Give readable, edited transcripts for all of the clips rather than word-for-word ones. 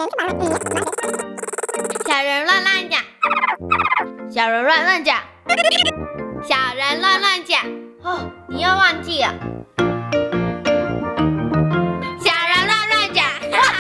小人乱乱讲，小人乱乱讲，小人乱乱讲。哦，你又忘记了。小人乱乱讲。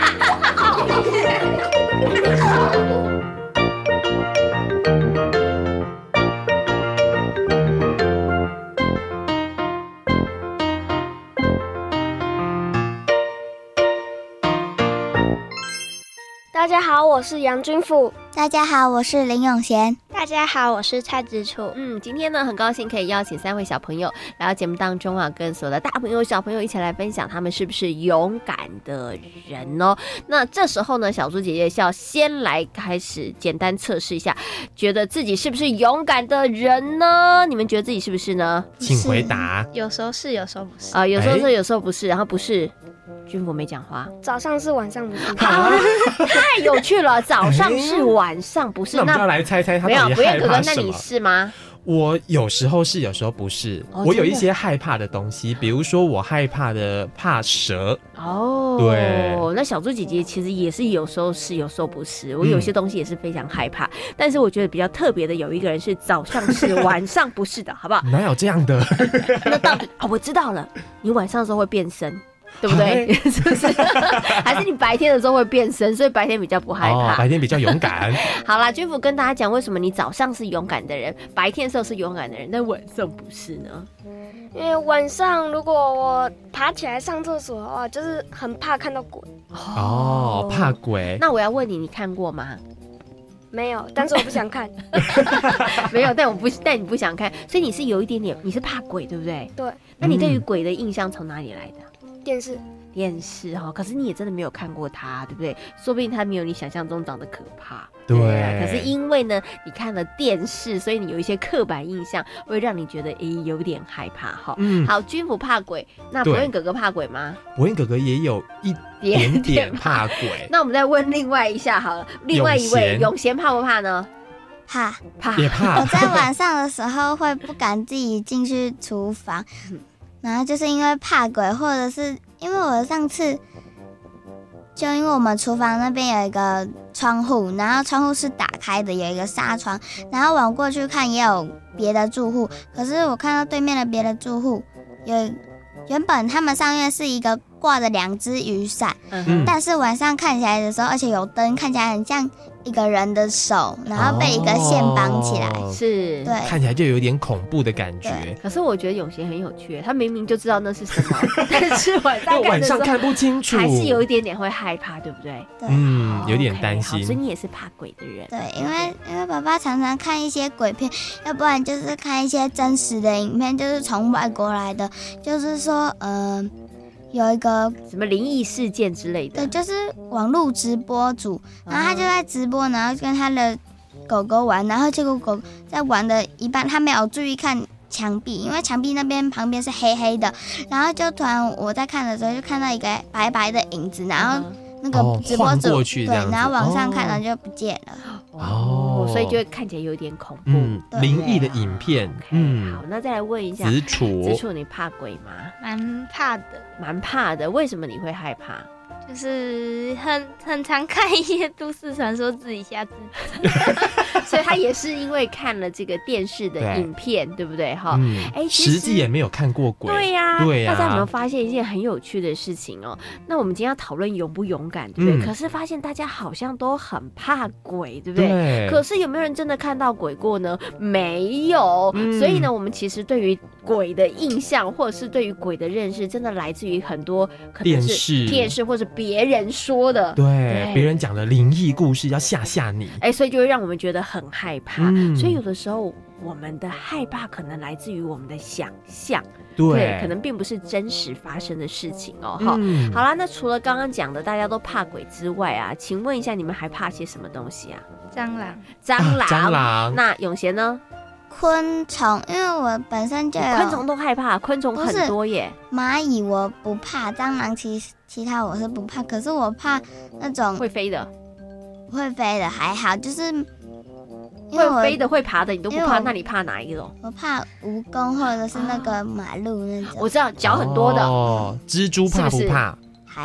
大家好，我是杨君富。 大家好，我是林永贤。 大家好，我是蔡子楚。 今天呢，很高兴可以邀请3位小朋友来到节目当中啊，跟所有的大朋友小朋友一起来分享他们是不是勇敢的人哦。那这时候呢，小猪姐姐是要先来开始简单测试一下，觉得自己是不是勇敢的人呢？你们觉得自己是不是呢？ 请回答。 有时候是，有时候不是。 有时候是，有时候不是，然后不是。君福没讲话， 早上是，晚上不是。 好，太有趣了，早上是，晚上不是。 那我们就要来猜猜他到底害怕什么。 没有，不用哥哥，那你是吗？ 我有时候是，有时候不是。我有一些害怕的东西，比如说我怕蛇。 对。那小猪姐姐其实也是有时候是，有时候不是。我有些东西也是非常害怕，但是我觉得比较特别的有一个人是早上是，晚上不是的，好不好？ 哪有这样的？ 那到底我知道了，你晚上的时候会变身。对不对？是不是？还是你白天的时候会变身，所以白天比较不害怕， 白天比较勇敢。 好啦，君福跟大家讲，为什么你早上是勇敢的人，白天的时候是勇敢的人，但晚上不是呢？ 因为晚上如果我爬起来上厕所的话，就是很怕看到鬼。 怕鬼。 那我要问你，你看过吗？ 没有，但是我不想看。 没有，但你不想看，所以你是有一点点，你是怕鬼，对不对？ 对。 那你对于鬼的印象从哪里来的？ 电视哈，可是你也真的没有看过它，对不对？说不定它没有你想象中长得可怕。 对。 可是因为呢，你看了电视，所以你有一些刻板印象，会让你觉得有点害怕哈。好，君福怕鬼，那博彦哥哥怕鬼吗？ 博彦哥哥也有一点点怕鬼。 那我们再问另外一下好了，另外一位永贤怕不怕呢？ 怕， 也怕。 我在晚上的时候会不敢自己进去厨房。然后就是因为怕鬼，或者是因为我上次就因为我们厨房那边有一个窗户，然后窗户是打开的，有一个纱窗，然后往过去看也有别的住户，可是我看到对面的别的住户原本他们上面是一个挂着2只雨伞，但是晚上看起来的时候，而且有灯，看起来很像一个人的手，然后被一个线绑起来， 是， 对， 看起来就有点恐怖的感觉。 可是我觉得永贤很有趣，他明明就知道那是什么，但是晚上看不清楚， 还是有一点点会害怕，对不对？ 对， 有点担心。 所以你也是怕鬼的人。 对，因为爸爸常常看一些鬼片，要不然就是看一些真实的影片，就是从外国来的，就是说有一个什么灵异事件之类的， 对，就是网络直播主，然后他就在直播，然后跟他的狗狗玩，然后结果狗在玩的一半，他没有注意看墙壁，因为墙壁那边旁边是黑黑的，然后就突然我在看的时候就看到一个白白的影子，然后那个直播主对，然后往上看了就不见了。 所以就会看起来有点恐怖， 灵异的影片。 好，那再来问一下子楚， 你怕鬼吗？ 蛮怕的。为什么你会害怕？ 就是很常看一些都市传说自己吓自己， 所以他也是因为看了这个电视的影片， 对不对？哈， 实际也没有看过鬼。 对呀，大家有没有发现一件很有趣的事情哦？那我们今天要讨论勇不勇敢，对不对？可是发现大家好像都很怕鬼，对不对？可是有没有人真的看到鬼过呢？没有。所以呢，我们其实对于鬼的印象，或者是对于鬼的认识，真的来自于很多可能是电视或者别人说的， 对，别人讲的灵异故事要吓你， 所以就会让我们觉得很害怕。所以有的时候我们的害怕可能来自于我们的想象，对，可能并不是真实发生的事情哦。好啦，那除了刚刚讲的大家都怕鬼之外啊，请问一下你们还怕些什么东西啊？ 蟑螂。 那永贤呢？ 昆虫，因为我本身就有昆虫都害怕，昆虫很多耶。 蚂蚁我不怕，蟑螂其他我是不怕，可是我怕那种会飞的还好，就是会飞的会爬的你都不怕，那你怕哪一种？ 我怕蜈蚣或者是那个马路那种。 我知道脚很多的蜘蛛怕不怕？ 还好。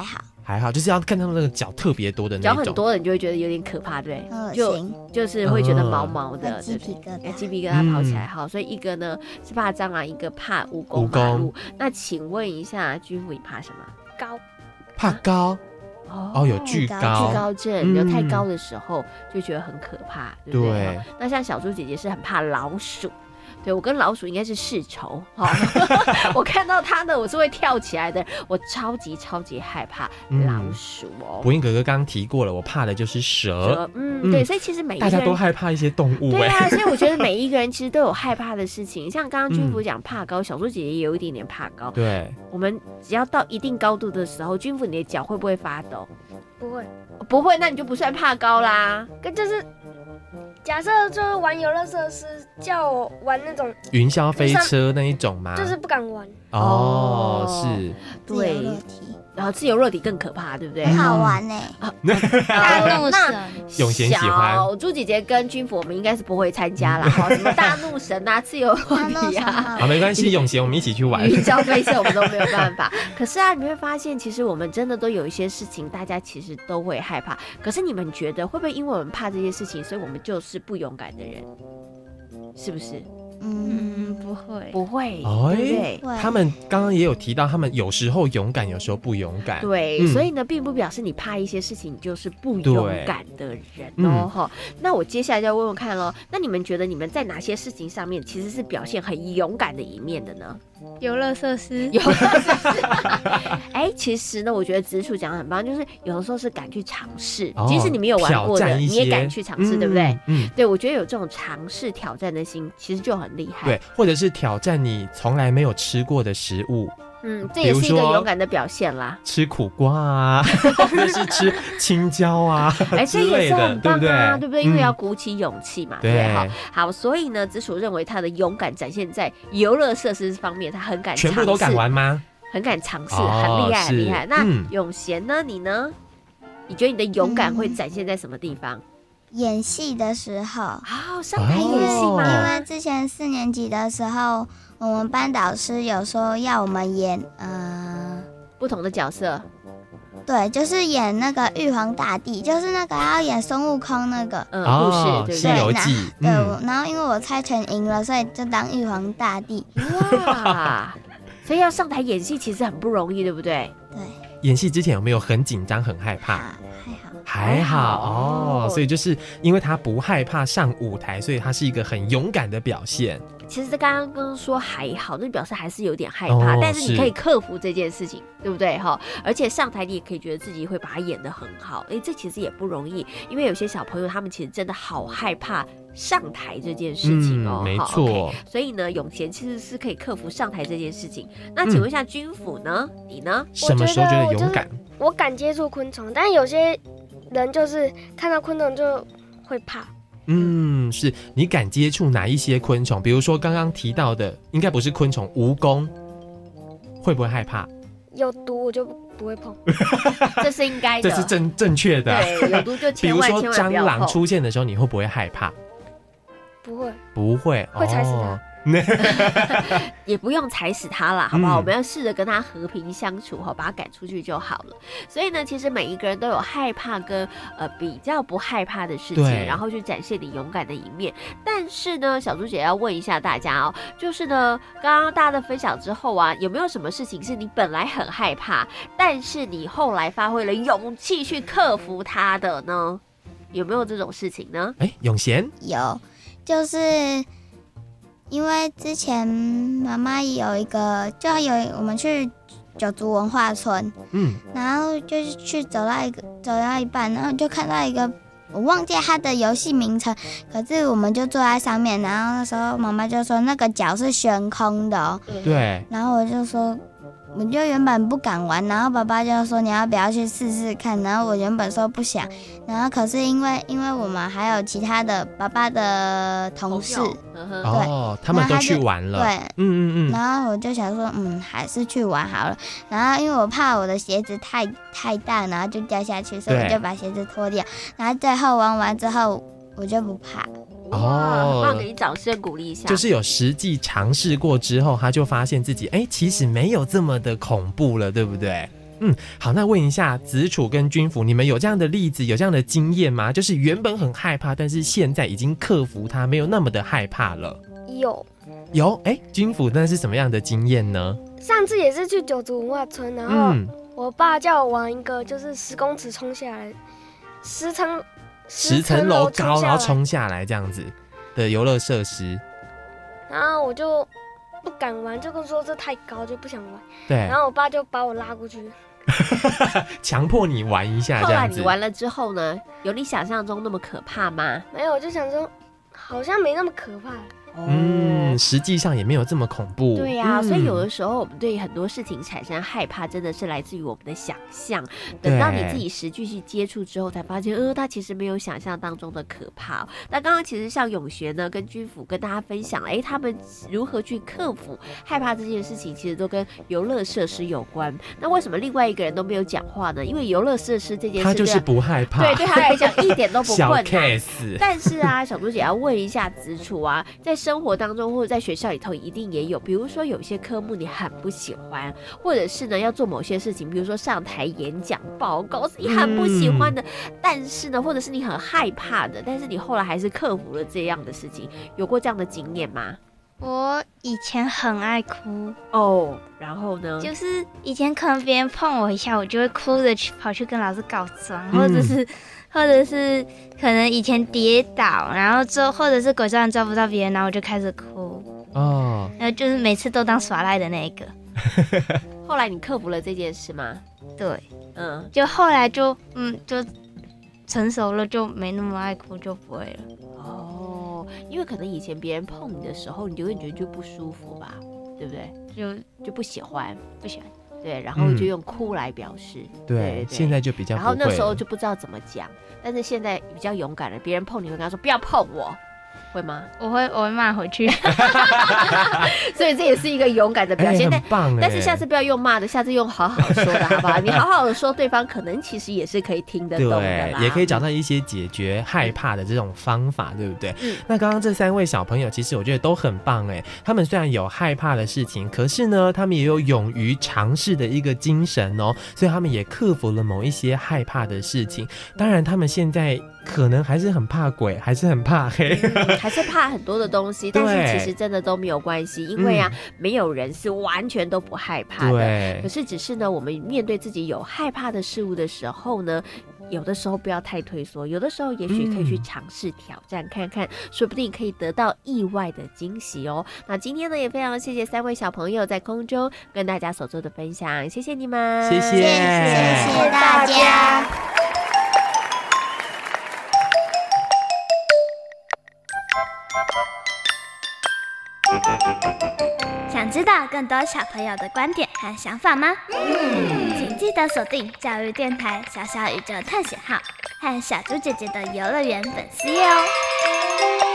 还好，就是要看到那个脚特别多的那脚种， 很多的你就会觉得有点可怕，对， 恶心， 就是会觉得毛毛的， 鸡皮疙瘩， 鸡皮疙瘩跑起来。好，所以一个呢是怕蟑螂，一个怕蜈蚣马路。那请问一下，君福你怕什么？ 高， 怕高。哦，有惧高症，有太高的时候就觉得很可怕，对不对？那像小猪姐姐是很怕老鼠。对，我跟老鼠应该是世仇，我看到它呢，我是会跳起来的，我超级害怕老鼠哦。 博英哥哥刚刚提过了，我怕的就是蛇。 对，所以其实每一个人大家都害怕一些动物。 对啊，所以我觉得每一个人其实都有害怕的事情。像刚刚君福讲怕高，小猪姐姐也有一点点怕高。 对， 我们只要到一定高度的时候，君福你的脚会不会发抖？ 不会， 那你就不算怕高啦。 就是假设就是玩游乐设施，叫我玩那种云霄飞车那一种吗？ 就是不敢玩。 是， 对。然后自由落体更可怕，对不对？ 好玩呢。 大怒神， 永贤喜欢。 小猪姐姐跟君福，我们应该是不会参加啦。什么大怒神啊，自由落体啊， 好，没关系，永贤我们一起去玩。 云霄飞车我们都没有办法。可是啊，你会发现，其实我们真的都有一些事情，大家其实都会害怕。可是你们觉得会不会因为我们怕这些事情，所以我们就是不勇敢的人？是不是？ 不会， 对不对？ 他们刚刚也有提到，他们有时候勇敢，有时候不勇敢。 对，所以呢，并不表示你怕一些事情，你就是不勇敢的人哦。那我接下来就要问问看咯，那你们觉得你们在哪些事情上面其实是表现很勇敢的一面的呢？ 游乐设施， 其实呢，我觉得子楚讲的很棒，就是有的时候是敢去尝试，即使你没有玩过的，你也敢去尝试，对不对？对，我觉得有这种尝试挑战的心，其实就很厉害。 对，或者是挑战你从来没有吃过的食物。 这也是一个勇敢的表现啦。吃苦瓜啊，或者是吃青椒啊， 这也是很棒啊，对不对？因为要鼓起勇气嘛，对不对？好，所以呢，子楚认为他的勇敢展现在游乐设施方面，他很敢尝试， 全部都敢玩吗？ 很敢尝试，很厉害，很厉害。那永贤呢？你呢？你觉得你的勇敢会展现在什么地方？ 演戏的时候， 上台演戏吗？ 因为之前4年级的时候，我们班导师有说要我们演不同的角色。 对，就是演那个玉皇大帝，就是那个要演孙悟空那个故事，对不对？ 西游记。 对，然后因为我猜拳赢了，所以就当玉皇大帝。 哇！所以要上台演戏其实很不容易，对不对？ 对。 演戏之前有没有很紧张、很害怕？还好所以就是因为他不害怕上舞台，所以他是一个很勇敢的表现。 其实刚刚说还好，那表示还是有点害怕，但是你可以克服这件事情，对不对？而且上台你也可以觉得自己会把它演得很好，这其实也不容易，因为有些小朋友他们其实真的好害怕上台这件事情哦。 没错。 所以呢，永贤其实是可以克服上台这件事情。那请问一下君福呢？你呢？ 什么时候觉得勇敢？ 我敢接触昆虫，但有些人就是看到昆虫就会怕。 是你敢接触哪一些昆虫？比如说刚刚提到的，应该不是昆虫，蜈蚣，会不会害怕？ 有毒我就不会碰。 这是应该的， 这是正确的。 对，有毒就千万千万不要碰。 比如说蟑螂出现的时候，你会不会害怕？不会， 会踩死它。 也不用踩死他啦，好不好？我们要试着跟他和平相处，把他赶出去就好了。所以呢，其实每一个人都有害怕跟比较不害怕的事情，然后去展现你勇敢的一面。但是呢，小猪姐要问一下大家哦，就是呢，刚刚大家的分享之后啊，有没有什么事情是你本来很害怕，但是你后来发挥了勇气去克服它的呢？有没有这种事情呢？ 永贤有，就是因为之前妈妈有一个，我们去九族文化村，然后就是去走到一半，然后就看到一个，我忘记它的游戏名称，可是我们就坐在上面，然后那时候妈妈就说那个角是悬空的哦， 对， 然后我就说。我就原本不敢玩，然后爸爸就说你要不要去试试看，然后我原本说不想，然后可是因为我们还有其他的爸爸的同事， 对，他们都去玩了， 对，然后我就想说还是去玩好了，然后因为我怕我的鞋子太大，然后就掉下去，所以我就把鞋子脱掉，然后最后玩完之后我就不怕。 很棒，给你掌声鼓励一下。 就是有实际尝试过之后，他就发现自己其实没有这么的恐怖了，对不对？ 好，那问一下子楚跟君甫，你们有这样的例子，有这样的经验吗？就是原本很害怕，但是现在已经克服它，没有那么的害怕了。 有， 君甫那是什么样的经验呢？ 上次也是去九族文化村，然后我爸叫我玩一个就是10公尺冲下来10层楼高，然后冲下来这样子的游乐设施， 然后我就不敢玩，就跟说这太高，就不想玩。 对， 然后我爸就把我拉过去， 强迫你玩一下这样子。 后来你玩了之后呢，有你想象中那么可怕吗？ 没有，我就想说好像没那么可怕。 实际上也没有这么恐怖。 对呀，所以有的时候我们对很多事情产生害怕，真的是来自于我们的想象。等到你自己实际去接触之后，才发现，它其实没有想象当中的可怕。那刚刚其实像永学呢，跟君甫跟大家分享了，他们如何去克服害怕这件事情，其实都跟游乐设施有关。那为什么另外一个人都没有讲话呢？因为游乐设施这件事， 他就是不害怕， 对他来讲一点都不困难。 小 case。 但是啊，小猪姐要问一下子楚啊，在生活当中或者在学校里头一定也有，比如说有些科目你很不喜欢，或者是呢要做某些事情，比如说上台演讲报告是你很不喜欢的，但是呢或者是你很害怕的，但是你后来还是克服了这样的事情，有过这样的经验吗？ 我以前很爱哭然后呢， 就是以前可能别人碰我一下，我就会哭着跑去跟老师告状，或者是可能以前跌倒，然后或者是鬼抓人抓不到别人，然后我就开始哭然后就是每次都当耍赖的那一个。 后来你克服了这件事吗？ 对，就后来就成熟了，就没那么爱哭，就不会了。 因为可能以前别人碰你的时候，你就会觉得就不舒服吧，对不对？就不喜欢。对，然后就用哭来表示。 对，现在就比较不会了。 然后那时候就不知道怎么讲，但是现在比较勇敢了，别人碰你会跟他说不要碰我。会吗？ 我会骂回去。 所以这也是一个勇敢的表现。 很棒。 但是下次不要用骂的，下次用好好说的，好不好？你好好的说，对方可能其实也是可以听得懂的啦。 也可以找到一些解决害怕的这种方法，对不对？那刚刚这3位小朋友，其实我觉得都很棒他们虽然有害怕的事情，可是呢，他们也有勇于尝试的一个精神所以他们也克服了某一些害怕的事情。当然，他们现在可能还是很怕鬼，还是很怕黑， 还是怕很多的东西，但是其实真的都没有关系，因为没有人是完全都不害怕的。可是只是呢，我们面对自己有害怕的事物的时候呢，有的时候不要太退缩，有的时候也许可以去尝试挑战看看，说不定可以得到意外的惊喜哦。那今天呢，也非常谢谢3位小朋友在空中跟大家所做的分享，谢谢你们， 谢谢大家。 想知道更多小朋友的观点和想法吗？请记得锁定教育电台小小宇宙探险号和小猪姐姐的游乐园粉丝页哦。